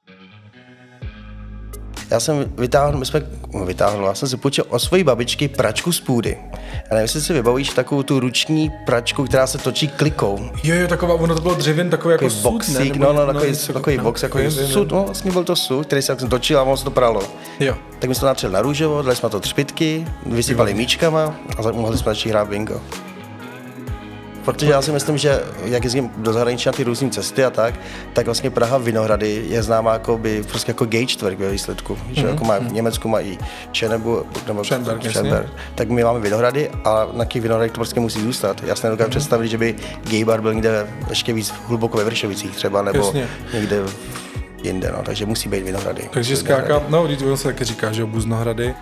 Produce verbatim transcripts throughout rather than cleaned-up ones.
Já jsem vytáhl, my jsme, vytáhl, já jsem si půjčil od svojí babičky pračku z půdy. Já nevím, jestli si vybavíš takovou tu ruční pračku, která se točí klikou. Jo, jo, taková, ono to bylo dřevěn, takový jako sud, boxík, ne? No, no, takový, no, takový no, box, jako sud, no, vlastně byl to sud, který se točil a ono se to pralo. Jo. Tak my jsme to natřeli na růžovo, dali jsme to třpytky, vysypali míčkama a mohli jsme začít hrát bingo. Protože já si myslím, že jak jezdím do zahraničí na ty různé cesty a tak, tak vlastně Praha Vinohrady je známá jako by, prostě jako gay čtvrť ve výsledku. Mm-hmm. Že jako má, v Německu mají Schönebu, nebo Schönberg, tak my máme Vinohrady a na těch Vinohradech to prostě musí zůstat. Já si nedokážu mm-hmm. představit, že by gay bar byl někde ještě víc hluboko ve Vršovicích třeba, nebo Jasně. někde jinde, no, takže musí být Vinohrady. Takže skáka, no, když on se taky říká, že Buznohrady.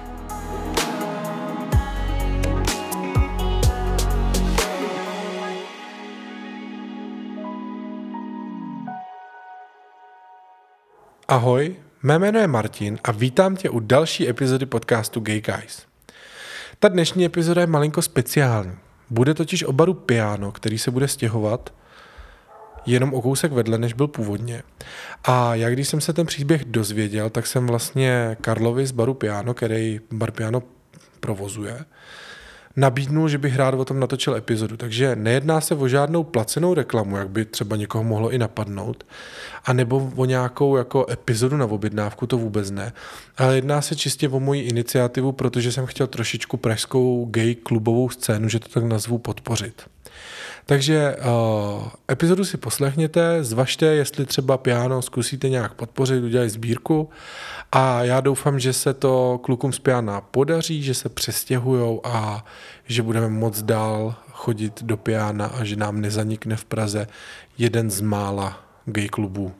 Ahoj, mé jméno je Martin a vítám tě u další epizody podcastu Gay Guys. Ta dnešní epizoda je malinko speciální. Bude totiž o baru Piano, který se bude stěhovat jenom o kousek vedle, než byl původně. A já, když jsem se ten příběh dozvěděl, tak jsem vlastně Karlovi z baru Piano, který bar Piano provozuje, nabídnul, že bych rád o tom natočil epizodu. Takže nejedná se o žádnou placenou reklamu, jak by třeba někoho mohlo i napadnout, a nebo o nějakou jako epizodu na objednávku, to vůbec ne. Ale jedná se čistě o moji iniciativu, protože jsem chtěl trošičku pražskou gay klubovou scénu, že to tak nazvu, podpořit. Takže uh, epizodu si poslechněte, zvažte, jestli třeba Piano zkusíte nějak podpořit, udělat sbírku, a já doufám, že se to klukům z Piana podaří, že se přestěhujou a že budeme moc dál chodit do Piana a že nám nezanikne v Praze jeden z mála gay klubů.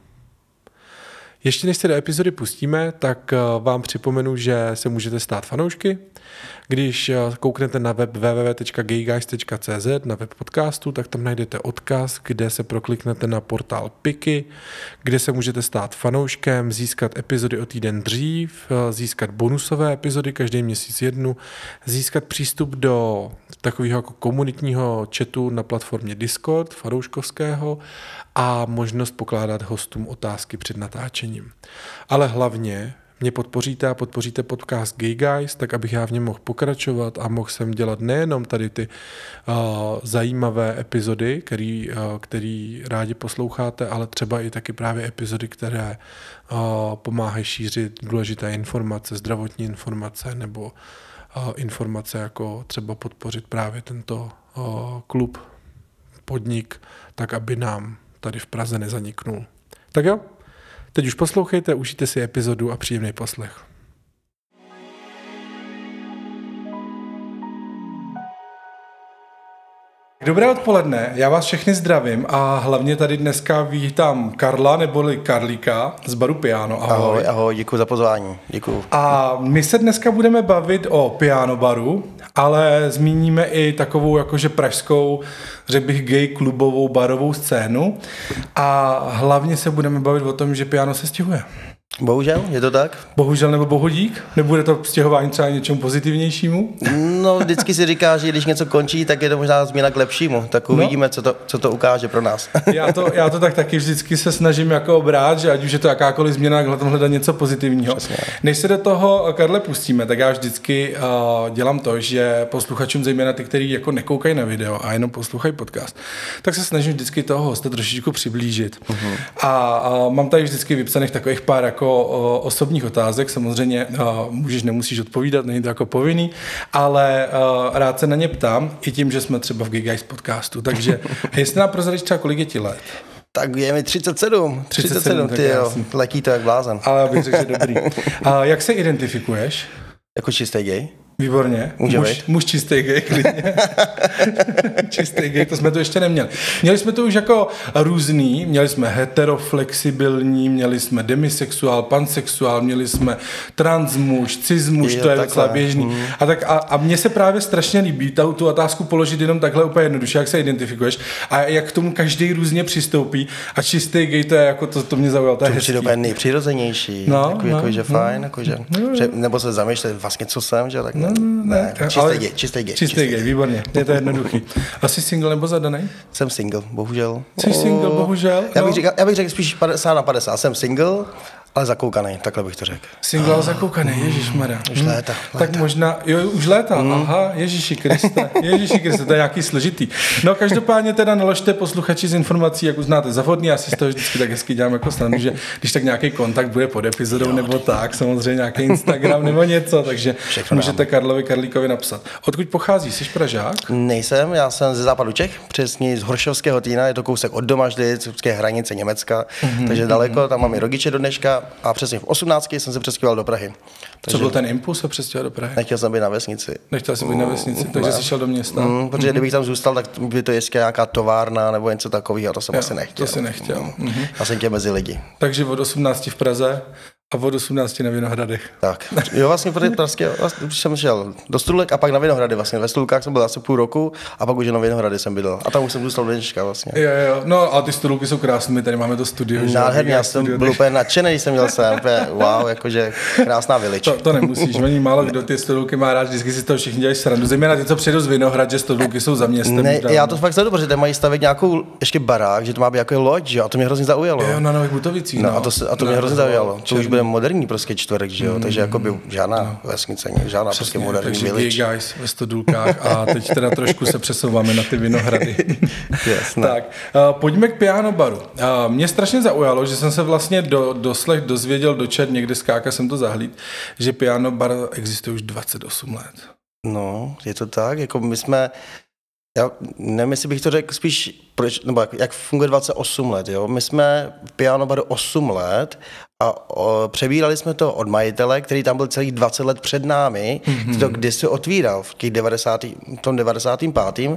Ještě než se do epizody pustíme, tak vám připomenu, že se můžete stát fanoušky. Když kouknete na web w w w tečka gay guys tečka c z, na web podcastu, tak tam najdete odkaz, kde se prokliknete na portál Piky, kde se můžete stát fanouškem, získat epizody o týden dřív, získat bonusové epizody, každý měsíc jednu, získat přístup do takového jako komunitního chatu na platformě Discord, fanouškovského, a možnost pokládat hostům otázky před natáčením. Ale hlavně mě podpoříte a podpoříte podcast Gay Guys, tak abych já v něm mohl pokračovat a mohl jsem dělat nejenom tady ty uh, zajímavé epizody, který, uh, který rádi posloucháte, ale třeba i taky právě epizody, které uh, pomáhají šířit důležité informace, zdravotní informace nebo uh, informace, jako třeba podpořit právě tento uh, klub, podnik, tak aby nám tady v Praze nezaniknul. Tak jo? Teď už poslouchejte, užijte si epizodu a příjemný poslech. Dobré odpoledne, já vás všechny zdravím a hlavně tady dneska vítám Karla neboli Karlíka z baru Piano. Ahoj. Ahoj, ahoj, děkuji za pozvání. Děkuji. A my se dneska budeme bavit o Piano baru, ale zmíníme i takovou jakože pražskou, řekl bych, gay klubovou barovou scénu a hlavně se budeme bavit o tom, že Piano se stěhuje. Bohužel, je to tak? Bohužel nebo bohudík? Nebude to stěhování třeba něčemu pozitivnějšímu? No, vždycky si říká, že když něco končí, tak je to možná změna k lepšímu. Tak uvidíme, no. co, to, co to ukáže pro nás. Já to, já to tak taky vždycky se snažím jako brát, že ať už je to jakákoliv změna, tak hledat něco pozitivního. Přesně. Než se do toho, Karle, pustíme, tak já vždycky uh, dělám to, že posluchačům, zejména ty, kteří jako nekoukají na video a jenom poslouchají podcast, tak se snažím vždycky toho hosta trošičku přiblížit. Uh-huh. A uh, mám tady vždycky vypsaných takových pár jako o osobních otázek, samozřejmě uh, můžeš, nemusíš odpovídat, není to jako povinný, ale uh, rád se na ně ptám, i tím, že jsme třeba v Gay Guys podcastu, takže jestli nám prozradíš třeba, kolik je ti let? Tak je mi třicet sedm, třicet sedm, ty jo, letí to jak blázen. Ale abych řekl, že dobrý. A jak se identifikuješ? Jako čistý gay. Výborně. Muž, muž čistý gay, klidně. Čistý gay, to jsme to ještě neměli. Měli jsme to už jako různý, měli jsme heteroflexibilní, měli jsme demisexuál, pansexuál, měli jsme transmuž, cismuž, to je docela běžný. Mm. A, tak, a, a mně se právě strašně líbí ta, tu otázku položit jenom takhle úplně jednoduše, jak se identifikuješ a jak k tomu každý různě přistoupí. A čistý gay, to je jako, to, to mě zaujalo, to je hezký. To je nejpřirozenější, no, jako, no, jako, že no, fajn, jako, že, no, že, nebo se zamýšlet vlastně, co jsem, že tak no, ne, ne, čistý gay, čistý gay. Čistý gay, výborně, je to jednoduchý. Asi single nebo zadanej? Jsem single, bohužel. Jsi single, bohužel? Já bych, řekl, já bych řekl spíš padesát na padesát, jsem single, Ale zakoukaný, takhle bych to řekl. Single oh. zakoukaný, ježišmarja. Už léta, léta. Tak možná, jo, už léta, mm. aha, Ježíši Kriste, Ježíši Kriste, to je nějaký složitý. No každopádně teda naložte posluchači z informací, jak uznáte za vhodný, já si z toho vždycky tak hezky dělám jako srandu, že když tak nějaký kontakt bude pod epizodou jo, nebo tak, samozřejmě nějaký Instagram nebo něco, takže všechno můžete nám. Karlovi Karlíkovi napsat. Odkud pochází, jsi Pražák? Nejsem, já jsem ze západu Čech, přesně z Horšovského Týna, je to kousek od Domažlic, hranice Německa, mm-hmm, takže daleko, tam mám i rodiče do dneška. A přesně v osmnácti jsem se přestěhoval do Prahy. Takže co byl ten impuls se přestěhovat do Prahy? Nechtěl jsem být na vesnici. Nechtěl jsem být na vesnici, mm, takže jsi šel do města. Mm, protože mm-hmm. kdybych tam zůstal, tak by to jistě nějaká továrna nebo něco takového, to jsem jo, asi nechtěl. To si nechtěl. Mm. Mm-hmm. Já jsem tě mezi lidi. Takže od osmnácti v Praze a od osmnácti na Vinohradech. Tak, jo, vlastně pro Pražské, vlastně, jsem šel do Studulek a pak na Vinohrady vlastně. Ve Studulkách jsem byl asi půl roku a pak už na Vinohrady jsem bydlel. A tam už jsem zůstal do dneška vlastně. Jo, jo, no a ty Studulky jsou krásné, my tady máme to studio. Nádherně, já jsem byl úplně nadšený, když jsem měl sem, úplně, wow, jakože krásná vilič. To, to nemusíš, oni málo kdo ty Studulky má rád, vždycky si to všichni dělají srandu. Zejména ty, co přijdou z Vinohrad, že Studulky jsou za městem. Ne, já to fakt sleduju, protože tam mají stavět nějakou ještě barák, že to má být jako loď, že? A to mě hrozně zaujalo. Jo, na Nových Butovicích. No, no a to, a to mě hrozně zaujalo. To už bude moderní prostě čtvrk, že jo, mm, takže jako by žádná no. vesnice, žádná prostě moderní village. Takže guys ve Studulkách a teď teda trošku se přesouváme na ty Vinohrady. Jasné. Tak, uh, pojďme k piano baru. Uh, mě strašně zaujalo, že jsem se vlastně do, doslech dozvěděl, dočet, někde skáka jsem to zahlíd, že piano bar existuje už dvacet osm let. No, je to tak, jako my jsme, já nevím, jestli bych to řekl spíš, proč, nebo jak, jak funguje dvacet osm let, jo, my jsme v piano baru osm let a o, přebírali jsme to od majitele, který tam byl celých dvacet let před námi, mm-hmm. to kdysi otvíral v těch devadesátých, v tom devadesátém pátém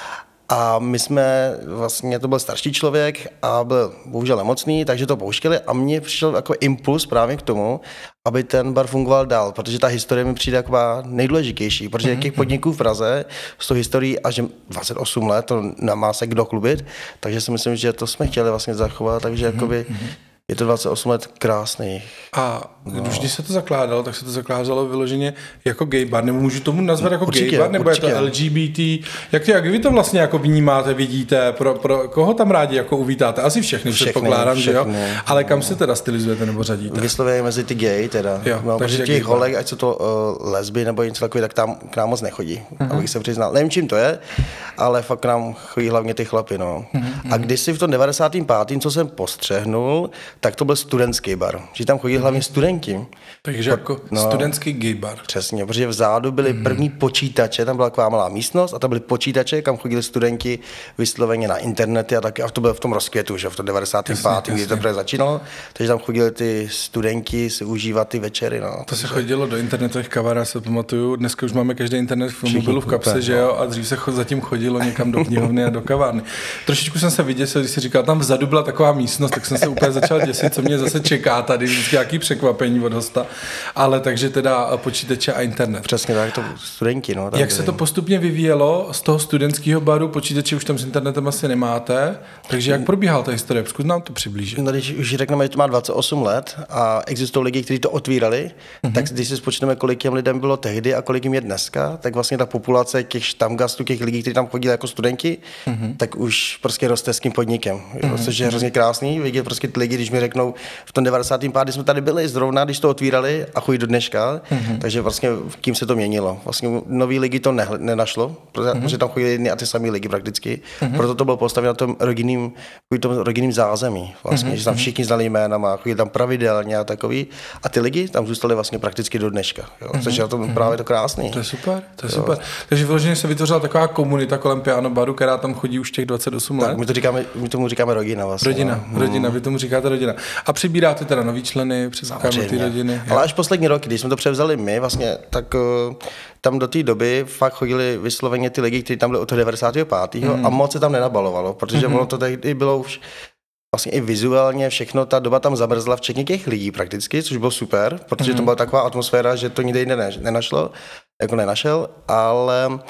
A my jsme, vlastně to byl starší člověk a byl bohužel nemocný, takže to pouštěli a mně přišel jako impuls právě k tomu, aby ten bar fungoval dál, protože ta historie mi přijde taková nejdůležitější, protože těch podniků v Praze s tou historií až dvacet osm let, to nemá se kdo chlubit, takže si myslím, že to jsme chtěli vlastně zachovat, takže jakoby je to dvacet osm let krásný. A no. Když se to zakládalo, tak se to zakládalo vyloženě jako gay bar, nebo můžu tomu nazvat jako určitě, gay bar, nebo určitě. Je to L G B T, jak, jak vy to vlastně jako vnímáte, vidíte, pro, pro koho tam rádi jako uvítáte? Asi všechny, všechny předpokládám, všechny, že jo? Ale kam se teda stylizujete nebo řadíte? Vysloveně mezi ty gay teda. Jo, no, protože těch holek, ať jsou to uh, lesby nebo něco takové, tak tam k nám moc nechodí, uh-huh. abych se přiznal. Nevím, čím to je, ale fakt k nám chodí hlavně ty chlapy, no. Uh-huh. A kdysi v tom devadesátém pátém co jsem postřehnul, tak to byl studentský bar, že tam chodí hlavně studenti. Takže jako no, studentský gay bar. Přesně, protože vzadu byly mm. první počítače, tam byla taková malá místnost a tam byly počítače, kam chodili studenti vysloveně na internety a tak, a to bylo v tom rozkvětu, že v tom devadesátém pátém kdy to právě začínalo, takže tam chodili ty studenti si užívat ty večery. No. To se chodilo do internetových kavar, se pamatuju, dneska už máme každý internet v mobilu v kapse, že jo, a dřív se zatím chodilo někam do knihovny a do kavárny. Trošičku jsem se vyděsil, když si říkal, tam vzadu byla taková místnost, tak jsem se úplně začal děsit, co mě zase čeká tady, vždycky nějaký překvapení od hosta. Ale takže teda počítače a internet. Přesně tak, to studenti. No, jak se to postupně vyvíjelo z toho studentského baru, počítače už tam s internetem asi nemáte, takže jak probíhala ta historie? Zkus nám to přiblížit. No, když už řekneme, že to má dvacet osm let a existují lidi, kteří to otvírali, mm-hmm. tak když si spočneme, kolik těm lidem bylo tehdy a kolik jim je dneska, tak vlastně ta populace těch štamgastů, těch lidí, kteří tam chodili jako studenti, mm-hmm. tak už prostě roste s tím podnikem. Mm-hmm. Což je hrozně krásný vidět prostě ty lidi, když mi řeknou, v tom devadesátém pátém jsme tady byli zrovna, když to otvírali a chodí do dneška, mm-hmm. takže vlastně kým se to měnilo. Vlastně nový lidi to ne, nenašlo, protože mm-hmm. tam chodili jedny a ty samý lidi prakticky, mm-hmm. proto to bylo postaveno na tom rodinným, tom rodinným zázemí, vlastně, mm-hmm. že tam všichni znali jménama, chodili tam pravidelně a takový a ty lidi tam zůstali vlastně prakticky do dneška, jo. Mm-hmm. Takže je to mm-hmm. právě to krásný. To je super, to je jo. super. Takže vyloženě se vytvořila taková komunita kolem piano baru, která tam chodí už těch dvacet osm let. Tak, my, to říkáme, my tomu říkáme rodina vlastně. Rodina, no. rodina, vy tomu říkáte rodina. A přibíráte teda nový členy, přesoukáme ty rodiny. Ale až poslední roky, když jsme to převzali my, vlastně, tak uh, tam do té doby fakt chodili vysloveně ty lidi, kteří tam byli od toho devadesátého pátého Mm. a moc se tam nenabalovalo, protože mm. ono to tehdy bylo už vlastně i vizuálně všechno, ta doba tam zamrzla, včetně těch lidí prakticky, což bylo super, protože mm. to byla taková atmosféra, že to nikde jinde ne, nenašlo, jako nenašel, ale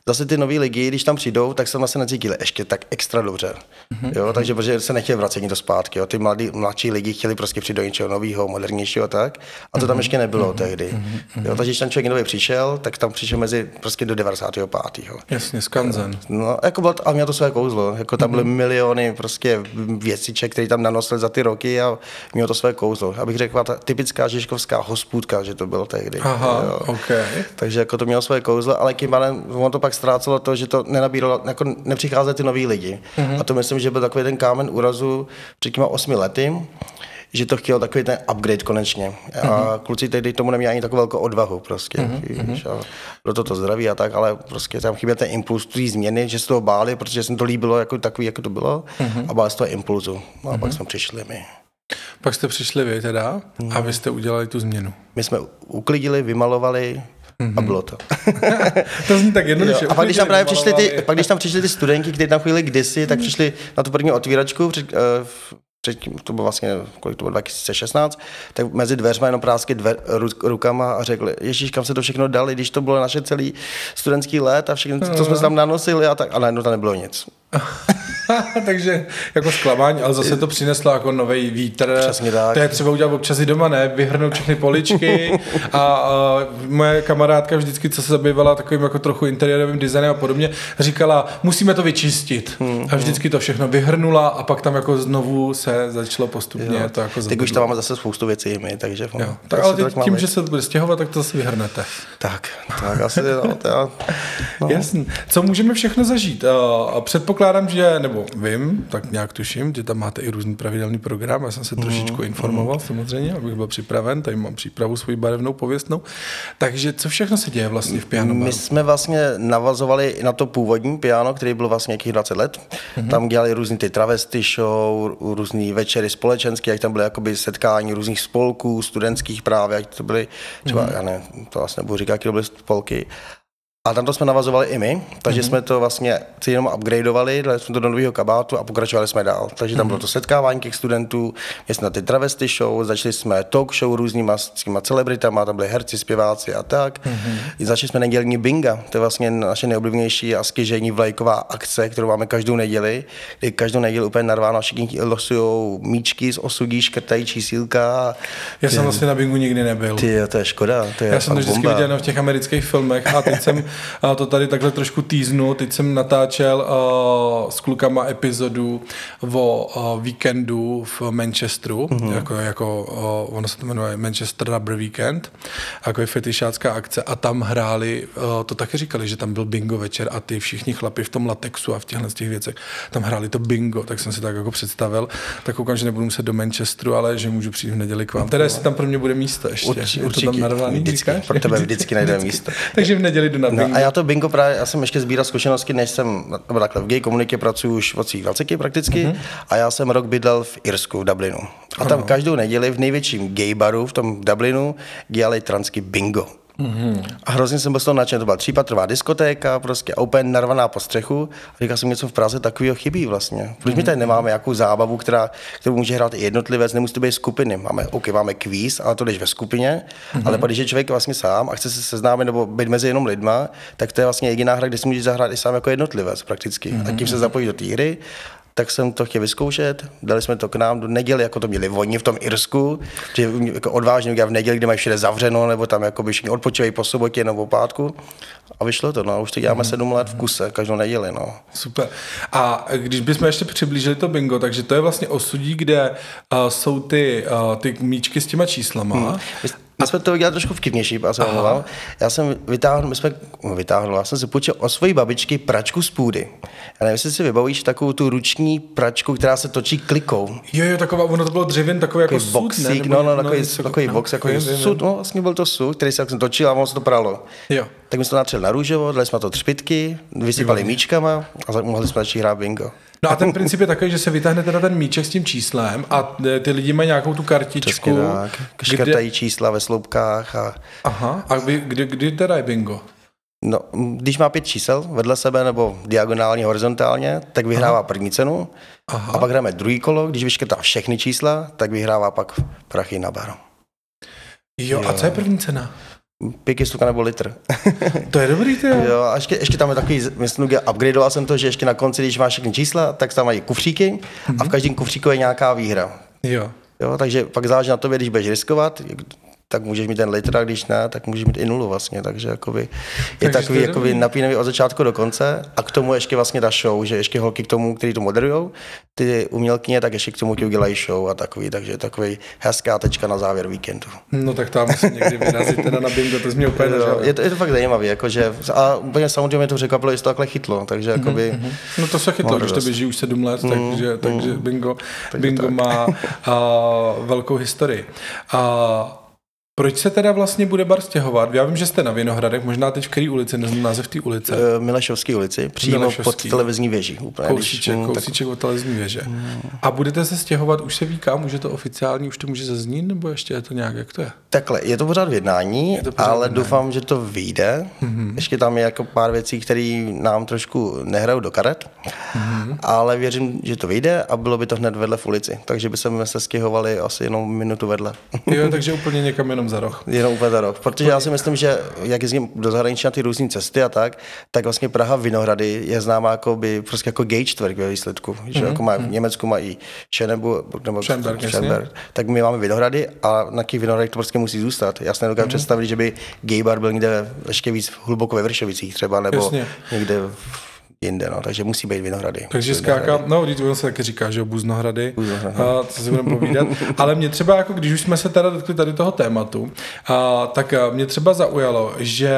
zase ty nový lidi, když tam přijdou, tak se zase necítili ještě tak extra dobře. Mm-hmm. Jo, takže protože se nechtěli vracet do zpátky. Jo. Ty mladí, mladší lidi chtěli prostě přijít do něčeho nového, modernějšího tak. A to tam ještě nebylo mm-hmm. tehdy. Mm-hmm. Jo, takže když tam člověk nový přišel, tak tam přišel mezi prostě do devadesátého pátého Jasně, skanzen. No, jako bylo, ale mělo to své kouzlo. Jako tam byly mm-hmm. miliony prostě věciček, které tam nanosili za ty roky a mělo to své kouzlo. Abych řekl, ta typická žižkovská hospůdka, že to bylo tehdy. Aha, jo. Okay. Takže jako to mělo své kouzlo, ale tím pádem ono to pak ztrácelo to, že to nenabíralo, jako nepřicházeli ty noví lidi. Mm-hmm. A to myslím, že byl takový ten kámen úrazu před těma osmi lety, že to chtělo takový ten upgrade konečně. A mm-hmm. kluci tehdy tomu neměli ani takovou velkou odvahu prostě. Mm-hmm. Víš, a bylo to to zdraví a tak, ale prostě tam chyběl ten impuls té změny, že se toho báli, protože se to líbilo jako takový, jako to bylo mm-hmm. a báli z toho impulzu. A mm-hmm. pak jsme přišli my. Pak jste přišli vy teda mm. a vy jste udělali tu změnu. My jsme uklidili, vymalovali, mm-hmm. a bylo to. To zní tak jednoduše. A pak když, tam právě přišli ty, pak když tam přišli ty studenti, kteří tam chodili kdysi, tak přišli na tu první otvíračku, před, uh, předtím, to bylo vlastně, kolik to bylo, dva tisíce šestnáct, tak mezi dveřma jenom prásky dver, rukama a řekli, ježíš, kam se to všechno dali, když to bylo naše celý studentský let a všechno, co jsme se tam nanosili a tak, a najednou tam nebylo nic. Takže jako zklamání, ale zase to přineslo jako nový vítr. Přesně tak. To je třeba udělat občas i doma, ne? Vyhrnout všechny poličky a, a moje kamarádka vždycky, co se zabývala takovým jako trochu interiérovým designem a podobně, říkala, musíme to vyčistit. Hmm, a vždycky to všechno vyhrnula a pak tam jako znovu se začalo postupně jo. to jako teď už tam máme zase spoustu věcí my, takže... Jo. Tak, ale teď, tím, že se bude stěhovat, tak to zase vyhrnete. Tak, tak asi no, to, no. Jasný. Co můžeme všechno zažít? A předpokládám, že, nebo vím, tak nějak tuším, že tam máte i různý pravidelný program, já jsem se trošičku mm, informoval mm. samozřejmě, abych byl připraven, tady mám přípravu svoji barevnou pověstnou. Takže co všechno se děje vlastně v piano baru? My jsme vlastně navazovali na to původní piano, který byl vlastně nějakých dvacet let. Mm-hmm. Tam dělali různý ty travesty show, různý večery společenské, jak tam byly jakoby setkání různých spolků, studentských právě, jak to byly, třeba, mm-hmm. já ne, to vlastně nebudu říkat, jaké to byly spolky. A tam to jsme navazovali i my, takže mm-hmm. jsme to vlastně si jenom upgradeovali, dali jsme to do nového kabátu a pokračovali jsme dál. Takže tam mm-hmm. bylo to setkávání těch studentů, měli jsme ty travesty show, začali jsme talk show různýma s těma celebritama, tam byli herci, zpěváci a tak. Mm-hmm. I začali jsme nedělní binga, to je vlastně naše nejoblíbenější a skyžení vlajková akce, kterou máme každou neděli, kdy každou neděli úplně narváno, všichni losujou míčky z osudí, škrtají čísílka. Já jsem vlastně na bingu nikdy nebyl. Ty, to je škoda. To je Já jsem to vždycky bomba. Viděl v těch amerických filmech a teď jsem a to tady takhle trošku týznu. Teď jsem natáčel uh, s klukama epizodu o uh, víkendu v Manchesteru, mm-hmm. jako, jako uh, ono se to jmenuje Manchester Rubber Weekend, jako je fetišácká akce a tam hráli, uh, to taky říkali, že tam byl bingo večer a ty všichni chlapi v tom latexu a v těchhle těch věcech, tam hráli to bingo, tak jsem si tak jako představil, tak koukám, že nebudu muset do Manchesteru, ale že můžu přijít v neděli k vám. Teda jestli tam pro mě bude místo ještě. Určitě, je to tam narvaný, vždycky, pro tebe vždycky najde místo. Takže v neděli jdu na bingo. No, a já to bingo právě, já jsem ještě sbíral zkušenosti, než jsem, nebo takhle, v gay komunitě pracuji už od svých dvaceti prakticky mm-hmm. a já jsem rok bydlel v Irsku, v Dublinu. A tam ano. každou neděli v největším gay baru v tom Dublinu dělali transky bingo. Mm-hmm. A hrozně jsem byl z toho nadšen, to byla třípatrová diskotéka, prostě úplně narvaná po střechu. A říkal jsem, něco v Praze takového chybí vlastně. Proč mm-hmm. my tady nemáme nějakou zábavu, která, kterou může hrát i jednotlivec, nemusí to být skupiny. Máme, OK, máme kvíz, ale to jdeš ve skupině, mm-hmm. ale když je člověk vlastně sám a chce se seznámit nebo být mezi jenom lidma, tak to je vlastně jediná hra, kde si můžeš zahrát i sám jako jednotlivec prakticky. Mm-hmm. A tím se zapojí do té hry. Tak jsem to chtěl vyzkoušet, dali jsme to k nám do neděli, jako to měli oni v tom Irsku, že jako odvážně udělat v neděli, kdy mají všude zavřeno, nebo tam jako by všichni odpočívají po sobotě nebo po pátku. A vyšlo to, no, už to děláme sedm let v kuse, každou neděli, no. Super. A když bychom ještě přiblížili to bingo, takže to je vlastně osudí, kde uh, jsou ty, uh, ty míčky s těma číslama. Hmm. My jsme to udělali trošku vtipnější, já jsem omlouval. Já jsem vytáhnul, my jsme, vytáhnul, já jsem si půjčil od svojí babičky pračku z půdy. Já nevím, jestli si vybavíš takovou tu ruční pračku, která se točí klikou. Jo, jo, taková, ono to bylo dřevěn, takový jako sud, boxík, ne? No, no, takový, no, takový no, box, jako sud, no, vlastně byl to sud, který se točil a ono se to pralo. Jo. Tak my jsme to natřeli na růžovo, dali jsme to třpitky, vysypali míčkama a mohli jsme začít hrát bingo. No a ten princip je takový, že se vytáhne teda ten míček s tím číslem a ty lidi mají nějakou tu kartičku. Tak, škrtají kde... čísla ve sloupkách. A... Aha, a kdy, kdy, kdy teda je bingo? No, když má pět čísel vedle sebe nebo diagonálně, horizontálně, tak vyhrává Aha. první cenu. Aha. A pak hrajeme druhý kolo, když vyškrtá všechny čísla, tak vyhrává pak prachy na bar. Jo, jo, a co je první cena? Pět kistuka nebo litr. To je dobrý, ty. Jo, a ještě, ještě tam je takový, myslím, že upgradeoval jsem to, že ještě na konci, když máš všechny čísla, tak tam mají kufříky mm-hmm. a v každém kufříku je nějaká výhra. Jo. Jo, takže pak záleží na tobě, když budeš riskovat, tak můžeš mít ten litr, a když ne, tak můžeš mít i nulu vlastně, takže jakoby, je takže takový jakoby napínavý od začátku do konce a k tomu ještě vlastně ta show, že ještě holky k tomu, kteří to moderujou, ty umělkyně, tak ještě k tomu ti udělají show a takový, takže je takový hezká tečka na závěr víkendu. No tak tam musím někdy vyrazit teda na bingo, to jsi mě úplně nežal. Je to, je to fakt zajímavé, jakože, a úplně samozřejmě to překvapilo, že to takhle chytlo, takže jakoby... Mm-hmm. No to se chytlo, když to běží už sedm let, mm, takže, mm, takže bingo, takže bingo tak. má uh, velkou historii. Uh, Proč se teda vlastně bude bar stěhovat? Já vím, že jste na Vinohradech, možná teď v který ulici, neznám název té ulice. Uh, Milešovské ulici, přímo Milešovský. Pod televizní věží. Úplně, kousíček, když, kousíček tak... od televizní věže. Hmm. A budete se stěhovat, už se ví kam, už je to oficiální, už to může zaznít, nebo ještě je to nějak, jak to je? Takhle, je to pořád v jednání, pořád ale jednání. Doufám, že to vyjde. Mm-hmm. Ještě tam je jako pár věcí, které nám trošku nehrajou do karet, mm-hmm. ale věřím, že to vyjde a bylo by to hned vedle v ulici, takže by jsme se stěhovali asi jenom minutu vedle. Jo, takže úplně někam jenom za roh. Jenom úplně za rok, protože já si myslím, že jak jezdím do zahraničí na ty různé cesty a tak, tak vlastně Praha Vinohrady je známá jako by prostě jako gay čtvrť ve výsledku, mm-hmm. že jako má v Německu mají Schöneburg nebo Schönberg, Schönberg, tak my máme Vinohrady a na těch Vinohradech to prostě musí zůstat. Já si nedokážu mm-hmm. představit, že by gay bar byl někde ještě víc hluboko ve Vršovicích třeba, nebo jasně. někde v jinde, no, takže musí být Vinohrady. Takže skáka, no, když on se taky říká, že Buznohrady, a co si budeme povídat, ale mě třeba, jako když už jsme se teda dotkli tady toho tématu, a, tak mě třeba zaujalo, že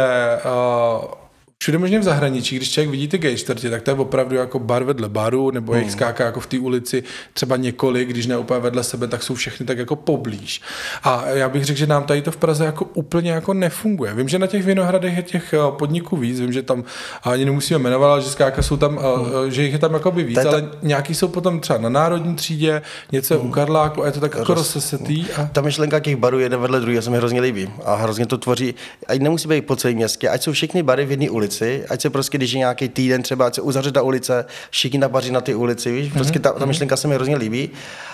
a, všude možně v zahraničí, když člověk vidí ty gay čtvrtě, tak to je opravdu jako bar vedle baru, nebo jejich skáka jako v té ulici, třeba několik, když ne úplně vedle sebe, tak jsou všechny tak jako poblíž. A já bych řekl, že nám tady to v Praze jako úplně jako nefunguje. Vím, že na těch Vinohradech je těch podniků víc, vím, že tam ani nemusíme jmenovat, ale že skáka jsou tam, hmm. že jich je tam jakoby víc, ale nějaký jsou potom třeba na Národní třídě, něco hmm. u Karláku a je to tak jako rozsesetý. A... Ta myšlenka těch barů jeden vedle druhý, se mi hrozně líbí a hrozně to tvoří, ať nemusí být po celém městě, ať jsou všechny bary v jedné ulici. Ať se prostě, když je nějaký týden třeba, ať se uzavře ta ulice, všichni napaří na ty ulici, víš, prostě ta, ta myšlenka se mi hrozně líbí.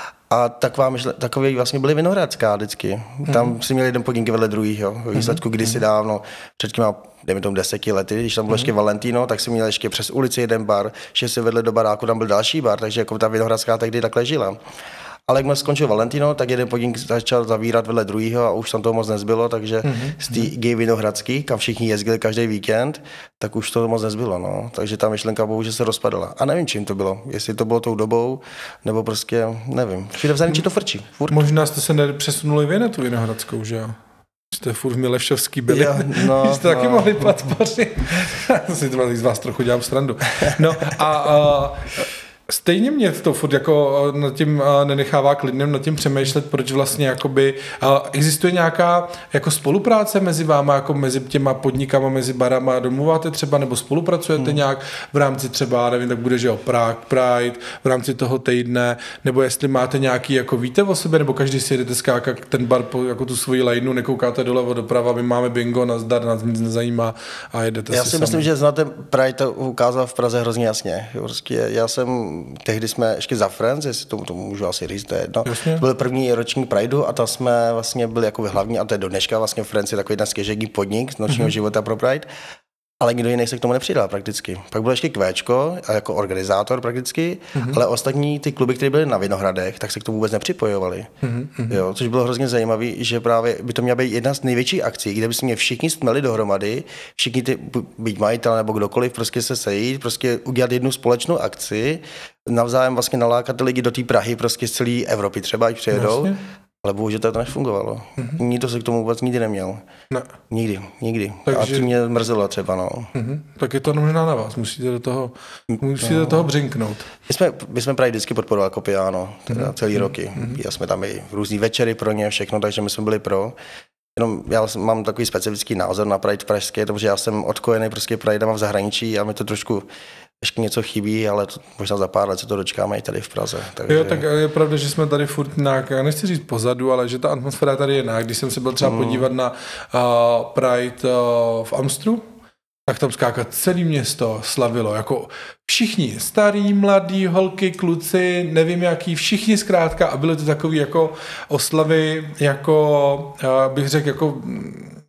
A taková myšlen, takový vlastně byly Vinohradská vždycky. Tam mm. si měli jeden podnik vedle druhýho. V výsledku kdysi dávno, před těma, dejme tomu deseti lety, když tam bylo mm. ještě Valentino, tak si měl ještě přes ulici jeden bar, že si vedle do baráku tam byl další bar, takže jako ta Vinohradská tehdy takhle žila. Ale jak skončil Valentino, tak jeden podnik začal zavírat vedle druhýho a už tam toho moc nezbylo, takže mm-hmm. z té gay Vinohradský, kam všichni jezdili každý víkend, tak už to moc nezbylo, no. Takže ta myšlenka bohužel se rozpadala. A nevím, čím to bylo. Jestli to bylo tou dobou, nebo prostě, nevím. Všude v zahraničí to frčí. Furt. Možná jste se nepřesunuli vy na tu Vinohradskou, že jo? Jste furt v Milešovský byli. Jo, no, jste no. taky mohli patpařit. To si z vás trochu dělám srandu. No a... a stejně mě to furt jako nad tím nenechává klidným, nad tím přemýšlet, proč vlastně jakoby existuje nějaká jako spolupráce mezi váma, jako mezi těma podnikama, mezi barama, domluváte třeba, nebo spolupracujete hmm. nějak v rámci třeba, nevím, tak bude, že jo, Prague Pride, v rámci toho týdne, nebo jestli máte nějaký, jako víte o sobě, nebo každý si jedete skákat ten bar po jako tu svoji lajnu, nekoukáte doleva doprava, my máme bingo, nazdar, nás nic nezajímá a jedete já si si sami. Myslím, že znáte Pride to ukázal v Praze hrozně jasně. Já jsem tehdy jsme ještě za Friends, jestli tomu, tomu můžu asi říct, to je jedno. Jasně. Byl první ročník Prideu a tam jsme vlastně byli jako hlavní, a to je do dneška vlastně Friends je takový jeden stěžejní podnik z nočního mm-hmm. života pro Pride, ale nikdo jiný se k tomu nepřidal prakticky. Pak bylo ještě Kvéčko a jako organizátor prakticky, mm-hmm. ale ostatní ty kluby, které byly na Vinohradech, tak se k tomu vůbec nepřipojovali. Mm-hmm. Jo, což bylo hrozně zajímavé, že právě by to měla být jedna z největších akcí, kde by se mě všichni stmeli dohromady, všichni ty, byť majitel nebo kdokoliv, prostě se sejít, prostě udělat jednu společnou akci, navzájem vlastně nalákat ty lidi do té Prahy, prostě z celé Evropy třeba, ať přijedou. Vlastně. Ale bohužel to nefungovalo. Mm-hmm. Nikdo se k tomu vůbec nikdy neměl. Ne. Nikdy, nikdy. Takže... A tím mě mrzelo třeba, no. Mm-hmm. Tak je to možná na vás, musíte do toho, musíte no. do toho břinknout. My jsme, my jsme právě vždycky podporovali jako Piano, teda mm-hmm. celý roky. Mm-hmm. Já jsme tam i různý večery pro ně, všechno, takže my jsme byli pro. Jenom já mám takový specifický názor na Pride pražské, protože já jsem odkojený prostě Pridema v zahraničí a mi to trošku ještě něco chybí, ale to, možná za pár let se to dočkáme i tady v Praze. Takže... Jo, tak je pravda, že jsme tady furt nějak, já nechci říct pozadu, ale že ta atmosféra tady je jiná. Když jsem se byl třeba mm. podívat na uh, Pride uh, v Amstru, tak tam skáka celé město slavilo, jako všichni, starý, mladý, holky, kluci, nevím jaký, všichni zkrátka a byly to takový jako oslavy, jako uh, bych řekl, jako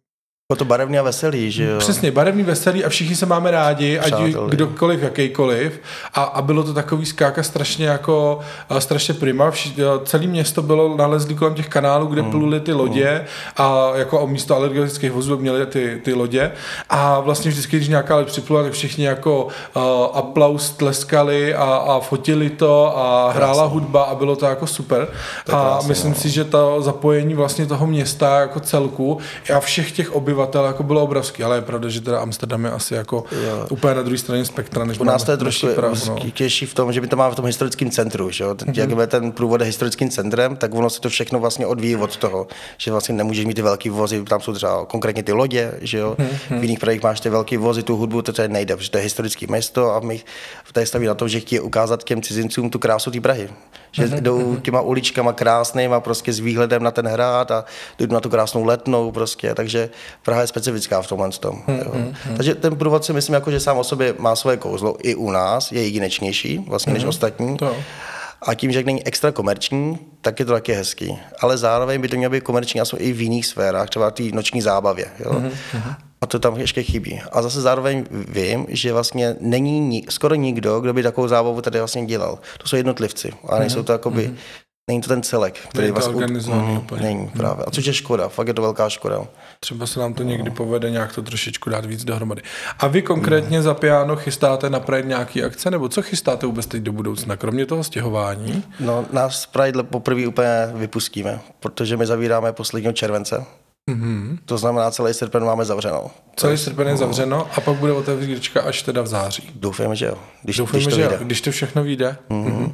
to barevný a veselý, že jo? Přesně, barevný, veselý a všichni se máme rádi, ať kdokoliv, jakýkoliv. A, a bylo to takový skáka strašně jako, strašně prima. Vši, celé město bylo nalezlý kolem těch kanálů, kde mm. pluly ty lodě mm. a jako místo alergických vozů měly ty, ty lodě. A vlastně vždycky, když nějaká loď připlula, tak všichni jako uh, aplaus tleskali a, a fotili to a hrála Krásný. hudba a bylo to jako super. To a krásný, myslím no. si, že to zapojení vlastně toho města jako celku a všech těch obyvatel jako bylo obrovský, ale je pravda, že teda Amsterdam je asi jako jo. úplně na druhé straně spektra, než u nás to je trošku těžší v tom, že my to máme v tom historickém centru, že jo? Mm-hmm. Jak je ten průvod historickým centrem, tak ono se to všechno vlastně odvíjí od toho, že vlastně nemůžeš mít ty velký vozy, tam jsou třeba konkrétně ty lodě, že jo? Mm-hmm. V jiných projektech máš ty velký vozy, tu hudbu, to tady nejde, protože to je historické město a my tady staví na to, že chtějí ukázat těm cizincům tu krásu té Prahy. Že mm-hmm. jdou těma uličkama krásnýma prostě s výhledem na ten hrad a jdou na tu krásnou Letnou prostě, takže Praha je specifická v tomhle tom. Mm-hmm. Takže ten průvod si myslím, jako, že sám o sobě má svoje kouzlo i u nás, je jedinečnější vlastně mm-hmm. než ostatní. To. A tím, že není extra komerční, tak je to taky hezký. Ale zároveň by to mělo být komerční aspoň i v jiných sférách, třeba té noční zábavě. Jo? Mm-hmm. A to tam ještě chybí. A zase zároveň vím, že vlastně není ni- skoro nikdo, kdo by takovou zábavu tady vlastně dělal. To jsou jednotlivci, ale nejsou to jakoby, mm-hmm. není to ten celek, který není vlastně organizovaný úplně. Není právě. A což je škoda, fakt je to velká škoda. Třeba se nám to někdy povede nějak to trošičku dát víc dohromady. A vy konkrétně mm. za Piano chystáte na Pride nějaký akce, nebo co chystáte vůbec teď do budoucna, kromě toho stěhování? No, nás Pride poprvé úplně vypustíme, protože my zavíráme posledního července. Mm-hmm. To znamená, celý srpen máme zavřeno. Celý srpen je zavřeno a pak bude otevříčka až teda v září. Doufujeme, že jo. Když, Doufujeme, když to že vyjde. jo, když to všechno vyjde. Mm-hmm.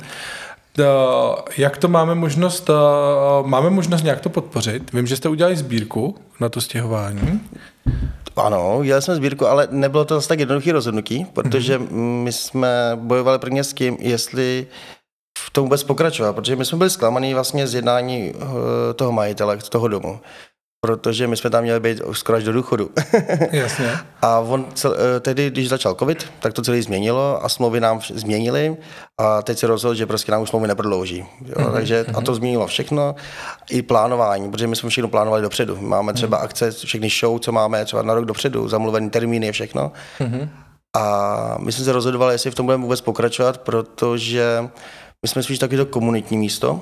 Uh, jak to máme možnost, uh, máme možnost nějak to podpořit? Vím, že jste udělali sbírku na to stěhování. Ano, udělali jsme sbírku, ale nebylo to zase tak jednoduché rozhodnutí, protože mm-hmm. my jsme bojovali prvně s tím, jestli v tom vůbec pokračovat, protože my jsme byli zklamaný vlastně z jednání uh, toho majitele, toho domu. Protože my jsme tam měli být skoro až do důchodu. Jasně. A on cel, tedy, když začal covid, tak to celé změnilo a smlouvy nám změnili a teď se rozhodl, že prostě nám už smlouvy neprodlouží. Jo, mm-hmm. takže, a to změnilo všechno, i plánování, protože my jsme všechno plánovali dopředu. Máme třeba mm-hmm. akce, všechny show, co máme třeba na rok dopředu, zamluvený termíny, všechno. Mm-hmm. A my jsme se rozhodovali, jestli v tom budeme vůbec pokračovat, protože my jsme spíš taky to komunitní místo,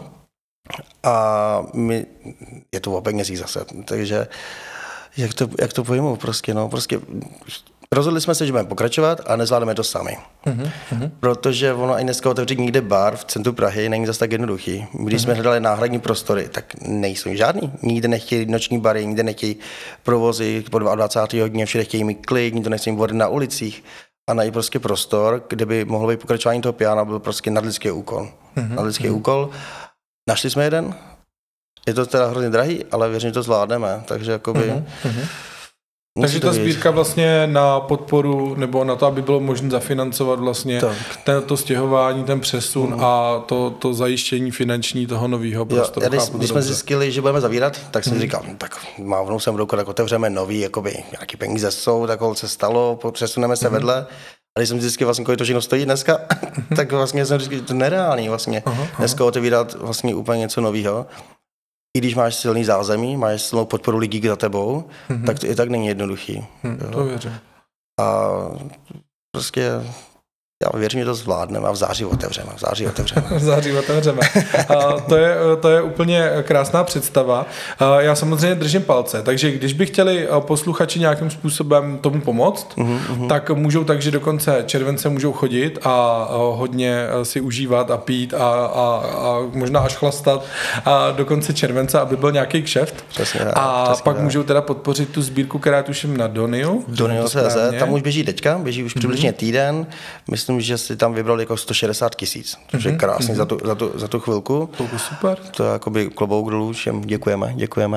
a my, je to o penězích zase, takže jak to, jak to pojmu, prostě, no, prostě rozhodli jsme se, že budeme pokračovat a nezvládneme to sami. Mm-hmm. Protože ono i dneska otevřít někde bar v centru Prahy není zase tak jednoduchý. Když mm-hmm. jsme hledali náhradní prostory, tak nejsou žádný. Nikde nechtějí noční bary, nikde nechtějí provozy po dvacátého hodině, všude chtějí mít klid, nikdo nechce mít vody na ulicích. A najít prostě prostor, kde by mohlo být pokračování toho piana, byl prostě nadlidský úkol. Mm-hmm. Nadlidský mm-hmm. úkol. Našli jsme jeden, je to teda hrozně drahý, ale věřím, že to zvládneme, takže jakoby... Mm-hmm. Takže ta sbírka vlastně na podporu, nebo na to, aby bylo možné zafinancovat vlastně ten, to stěhování, ten přesun mm. a to, to zajištění finanční toho nového prostoru. Jo, když, když jsme zjistili, že budeme zavírat, tak jsem mm. říkal, tak mávnou jsem ruku, tak otevřeme nový, jakoby nějaký peníze jsou, tak se stalo, přesuneme se mm. vedle. A když jsem vždycky vlastně, kolik to všechno stojí dneska, tak vlastně jsem říkal, že to je nereálný vlastně. Aha, aha. Dneska otevírat vlastně úplně něco nového. I když máš silný zázemí, máš silnou podporu lidí za tebou, mm-hmm. tak to i tak není jednoduchý. Mm, to věřím. A prostě já věřím, že to zvládneme a v září otevřeme. V září otevřeme. v září otevřeme. A to, je, to je úplně krásná představa. A já samozřejmě držím palce, takže když by chtěli posluchači nějakým způsobem tomu pomoct, mm-hmm. tak můžou takže do konce července můžou chodit a hodně si užívat a pít a, a, a možná až chlastat a do konce července, aby byl nějaký kšeft. Přesně, a přesně, pak ne. můžou teda podpořit tu sbírku, která tuším na Doniu. Doniu C Z, tam už běží teďka, běží už přibližně mm-hmm. týden. Myslím, že si tam vybrali jako sto šedesát tisíc, což je krásný mm-hmm. za, tu, za, tu, za tu chvilku. To je super. To je jakoby klobouk dolů, všem děkujeme, děkujeme.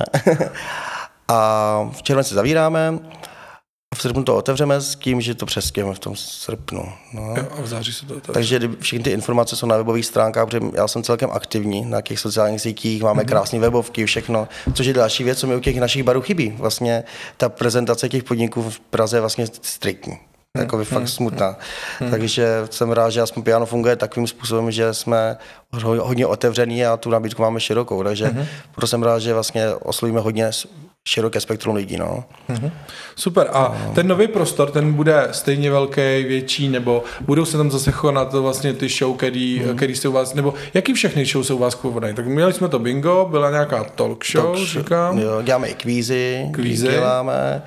A v červenci zavíráme a v srpnu to otevřeme s tím, že to přestěhujeme v tom srpnu. No. Jo, a v září se to otevře. Takže všechny ty informace jsou na webových stránkách, protože já jsem celkem aktivní na těch sociálních sítích, máme mm-hmm. krásné webovky, všechno, což je další věc, co mi u těch našich barů chybí. Vlastně ta prezentace těch podniků v Praze je vlastně striktní. Jako by fakt hmm. smutná. Hmm. Takže jsem rád, že aspoň Piano funguje takovým způsobem, že jsme hodně otevření a tu nabídku máme širokou. Takže hmm. proto jsem rád, že vlastně oslovíme hodně široké spektrum lidí, no. Mm-hmm. Super. A no. ten nový prostor, ten bude stejně velký, větší, nebo budou se tam zase konat vlastně ty show, který, mm. který jsou u vás, nebo jaký všechny show jsou u vás chované? Tak měli jsme to bingo, byla nějaká talk show, talk show říkám. Jo, děláme i kvízy, kvízy. děláme.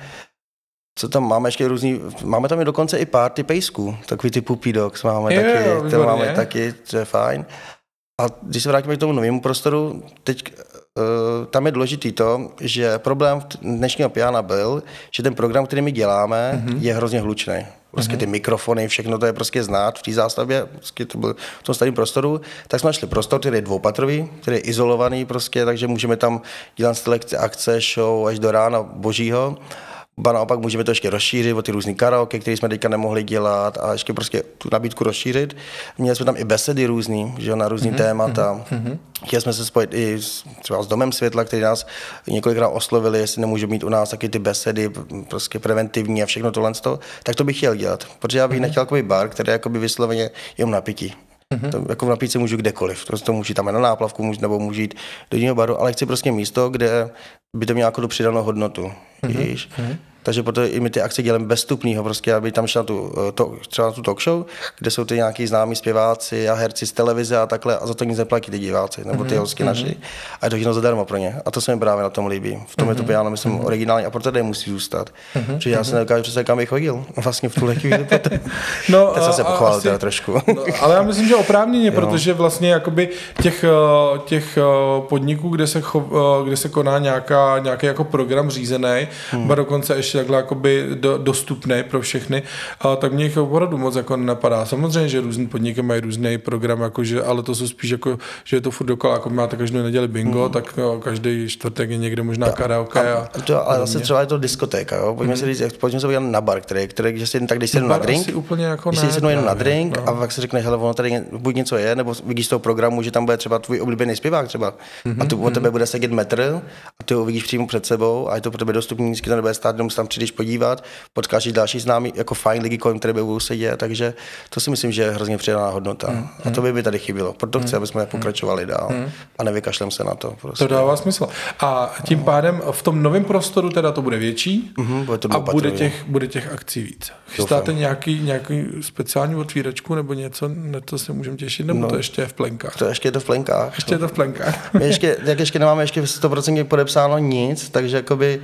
Co tam máme ještě různý, máme tam i dokonce i party pejsků, takový ty puppy dogs máme je, taky, jo, to máme taky, to je fajn. A když se vrátíme k tomu novému prostoru, teď uh, tam je důležitý to, že problém dnešního piana byl, že ten program, který my děláme, mm-hmm. je hrozně hlučný. Prostě ty mikrofony, všechno to je prostě znát v té zástavbě, prostě to byl v tom starém prostoru. Tak jsme našli prostor, který je dvoupatrový, který je izolovaný prostě, takže můžeme tam dělat lekce, akce, show až do rána božího. Ba naopak můžeme to ještě rozšířit o ty různý karaoke, které jsme teďka nemohli dělat a ještě prostě tu nabídku rozšířit. Měli jsme tam i besedy různý, že na různý mm-hmm, témata. Mm-hmm. Chtěli jsme se spojit i s, třeba s Domem světla, který nás několikrát oslovili, jestli nemůže mít u nás taky ty besedy prostě preventivní a všechno tohle, tak to bych chtěl dělat. Protože já bych mm-hmm. nechtěl takový bar, který je jakoby vysloveně jenom na pití. Mm-hmm. To, jako v napít se můžu kdekoliv. To, to můžu tam na náplavku, můžu, nebo můžu jít do jiného baru, ale chci prostě místo, kde by to mělo jako tu přidanou hodnotu. Mm-hmm. Takže proto i my ty akce děláme bezstupnýho, prostě, aby tam šla tu, to, třeba na tu talk show, kde jsou ty nějaký známí zpěváci a herci z televize a takhle a za to nic neplatí ty diváci, nebo ty hostky mm-hmm. naši. A je to všechno zadarmo pro ně. A to se mi právě na tom líbí. V tom mm-hmm. je to piano, myslím, mm-hmm. originální a proto tady musí zůstat. Mm-hmm. Protože já se nedokážu představit, kam bych chodil. Vlastně v tuhle chvíli. No, teď jsem se pochválil asi, teda trošku. No, ale já myslím, že oprávněně, protože vlastně jakoby těch, těch podniků, kde se, chov, kde se koná nějaká, nějaký jako program řízený, mm. a dokonce ještě takhle jakoby do, dostupný pro všechny, a tak mě jich opravdu moc jako nenapadá. Samozřejmě, že různý podniky mají různý program, jakože, ale to jsou spíš jako, že je to furt dokola, jako máte každou neděli bingo, mm. tak jo, každý čtvrtek je někde možná ta, karaoke. A, a to, ale zase třeba je to diskotéka, jo? Pojďme mm. se říct, pojďme se podívat na bar, který, který když si tak když sednu na drink, úplně jako když si sednu jenom na drink no. a pak si řekneš, hele, ono tady buď něco je, nebo vidíš z toho programu, že tam bude třeba tvůj oblíbený zpěvák třeba mm-hmm. a tu od tebe bude sedět metr a ty ho vidíš přímo před sebou a je to pro tebe dostupný, nízky to nebude stát, jenom se tam přijdeš podívat, potkáš další známý jako fajn lidi, kolem které budou sedět, takže to si myslím, že je hrozně přidaná hodnota. Mm. A to by by tady chybělo. Proto chci, aby jsme pokračovali dál mm. a nevykašlem se na to. Prostě. To dává smysl. A tím pádem v tom novém prostoru teda to bude větší mm-hmm, bude to a bude těch, bude těch akcí víc. Chystáte nějaký, nějaký speciální otvíračku nebo něco, na to se můžeme těšit, nebo no, to ještě je v plenkách? To ještě je to v plenkách. Ještě je to v plenkách. My ještě, jak ještě nemáme ještě sto procent podepsáno nic, takže jakoby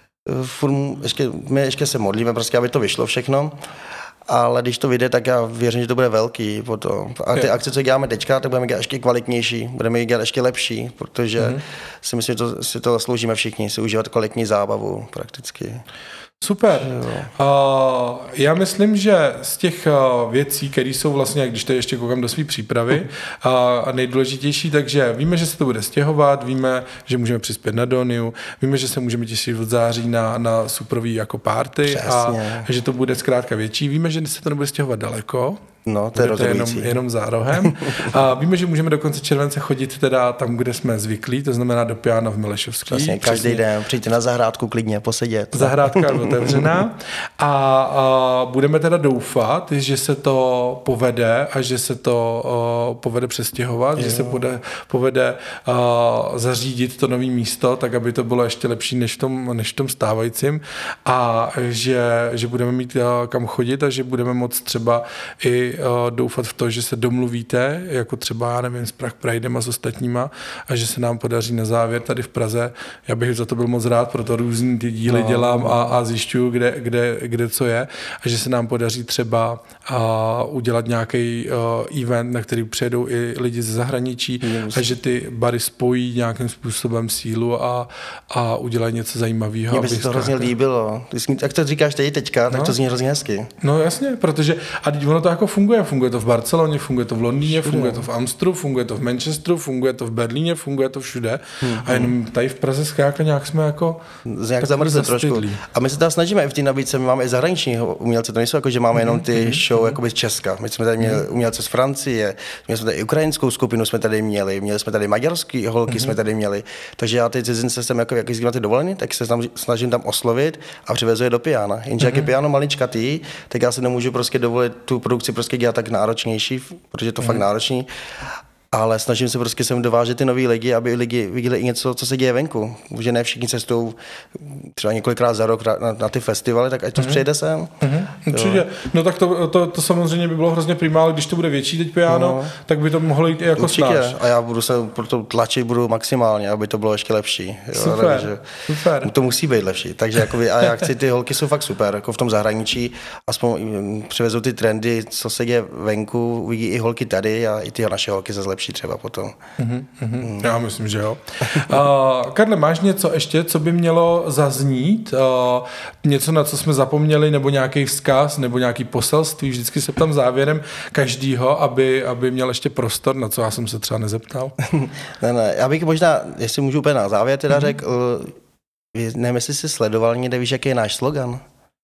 furt, ještě, my ještě se modlíme, prostě, aby to vyšlo všechno, ale když to vyjde, tak já věřím, že to bude velký potom. A ty je. akce, co děláme teďka, tak budeme dělat ještě kvalitnější, budeme je dělat ještě lepší, protože mm-hmm. si myslím, že to, si to sloužíme všichni, si užívat kvalitní zábavu prakticky. Super. Uh, já myslím, že z těch uh, věcí, které jsou vlastně, když tady ještě koukám do své přípravy, uh, nejdůležitější, takže víme, že se to bude stěhovat, víme, že můžeme přispět na Doniu, víme, že se můžeme těšit od září na, na superový jako party a že to bude zkrátka větší. Víme, že se to nebude stěhovat daleko. No, to je to jenom, jenom za rohem. A víme, že můžeme do konce července chodit teda tam, kde jsme zvyklí, to znamená do piana v Milešovský. Vlastně každý den, přijďte na zahrádku klidně, posedět. Zahrádka je otevřená. A, a budeme teda doufat, že se to povede a že se to uh, povede přestěhovat, jo. že se povede, povede uh, zařídit to nový místo, tak aby to bylo ještě lepší než v tom, než v tom stávajícím a že, že budeme mít uh, kam chodit a že budeme moct třeba i doufat v to, že se domluvíte, jako třeba, já nevím, s Prague Pridem a s ostatníma a že se nám podaří na závěr tady v Praze. Já bych za to byl moc rád, proto různý ty díly no, dělám a, a zjišťuju, kde, kde, kde co je a že se nám podaří třeba a, udělat nějaký uh, event, na který přijedou i lidi ze zahraničí yes. a že ty bary spojí nějakým způsobem sílu a, a udělají něco zajímavého. Mně by se to hrozně líbilo. Jak to říkáš teď teďka, no. tak to zní hrozně hezky. No jasně, protože a teď ono to jako funguje. Funguje to v Barceloně, funguje to v Londýně, všude. Funguje to v Amstru, funguje to v Manchesteru, funguje to v Berlíně, funguje to všude. Hmm. A jenom tady v Praze zkrátka nějak jsme jako nějak zamrzli trošku. A my se tam snažíme i v té nabídce, my máme i zahraniční umělce, to nejsou jako, že máme hmm. jenom ty hmm. show jakoby z Česka. My jsme tady měli hmm. umělce z Francie, měli jsme tady i ukrajinskou skupinu, jsme tady měli, měli jsme tady maďarský holky, hmm. jsme tady měli. Takže já ty cizince jsem jako, jak jezdím ty dovolený, tak se snažím tam oslovit a přivezu je do piana. Jenže jak je piano maličkatý, tak já si nemůžu prostě dovolit tu produkci prostě dělat tak náročnější, protože je to mm. fakt náročný. ale snažím se prostě sem dovážet ty nový lidi, aby lidi viděli i něco, co se děje venku. Že ne všichni cestou třeba několikrát za rok na, na ty festivaly, tak ať to mm-hmm. přijde sem. Mm-hmm. Určitě. No tak to, to, to samozřejmě by bylo hrozně primá, ale když to bude větší teď piano, no. tak by to mohlo jít i jako snáš. A já budu se proto tlačit budu maximálně, aby to bylo ještě lepší. Jo, super, takže super. To musí být lepší. Takže jakoby, a já chci, ty holky jsou fakt super, jako v tom zahraničí, aspoň přivezou ty trendy, co se děje venku, uvidí i holky tady a i ty naše holky se zlepší třeba potom. Mm-hmm, mm. Já myslím, že jo. Uh, Karle, máš něco ještě, co by mělo zaznít? Uh, něco, na co jsme zapomněli, nebo nějaký vzkaz, nebo nějaký poselství? Vždycky se ptám závěrem každýho, aby, aby měl ještě prostor, na co já jsem se třeba nezeptal. ne, ne, já bych možná, jestli můžu úplně na závěr teda mm-hmm. řekl, nevím, jestli jsi sledoval někde, víš, jaký je náš slogan?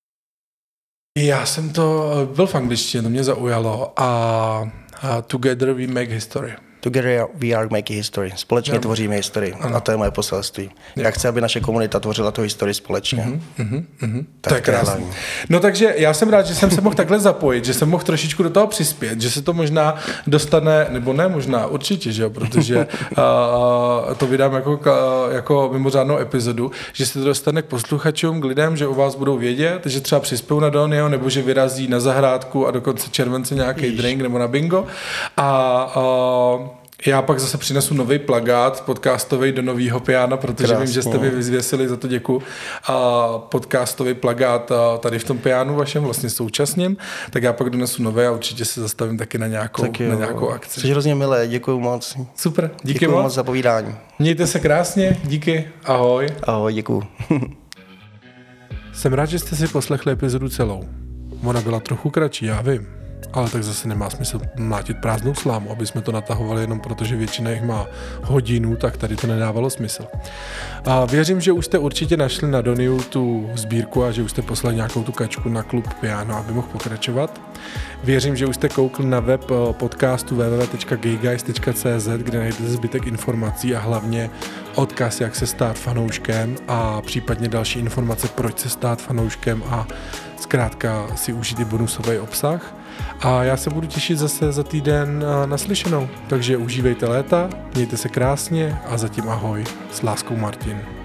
Já jsem to, byl v angličtině, to mě zaujalo a, a Together we make history. Together we are making history. Společně yeah. tvoříme historii. Ano. A to je moje poselství. Yeah. Já chci, aby naše komunita tvořila tu historii společně. Mm-hmm, mm-hmm. Tak to je krásné. No takže já jsem rád, že jsem se mohl takhle zapojit, že jsem mohl trošičku do toho přispět, že se to možná dostane, nebo ne možná, určitě, že jo, protože uh, to vydám jako, jako mimořádnou epizodu, že se to dostane k posluchačům, k lidem, že u vás budou vědět, že třeba přispějou na Donio, nebo že vyrazí na zahrádku a do konce července nějaký drink nebo na bingo. A uh, já pak zase přinesu nový plakát podcastový do nového piana, protože Krásně. Vím, že jste mi vyzvěsili, za to děkuju. A podcastový plakát tady v tom pianu vašem, vlastně současným, tak já pak donesu nový a určitě se zastavím taky na nějakou, na nějakou akci. Jsi hrozně milé, děkuju moc. Super, díky děkuju moc. moc za povídání. Mějte se krásně, díky, ahoj. Ahoj, děkuju. Jsem rád, že jste si poslechli epizodu celou. Ona byla trochu kratší, já vím. Ale tak zase nemá smysl mlátit prázdnou slámu, aby jsme to natahovali jenom proto, že většina jich má hodinu, tak tady to nedávalo smysl. A věřím, že už jste určitě našli na Doniu tu sbírku a že už jste poslali nějakou tu kačku na klub Piano, aby mohl pokračovat. Věřím, že už jste koukli na web podcastu w w w tečka gayguys tečka c z, kde najdete zbytek informací a hlavně odkaz, jak se stát fanouškem a případně další informace, proč se stát fanouškem a zkrátka si užít i bonusový obsah. A já se budu těšit zase za týden naslyšenou. Takže užívejte léta, mějte se krásně a zatím ahoj. S láskou Martin.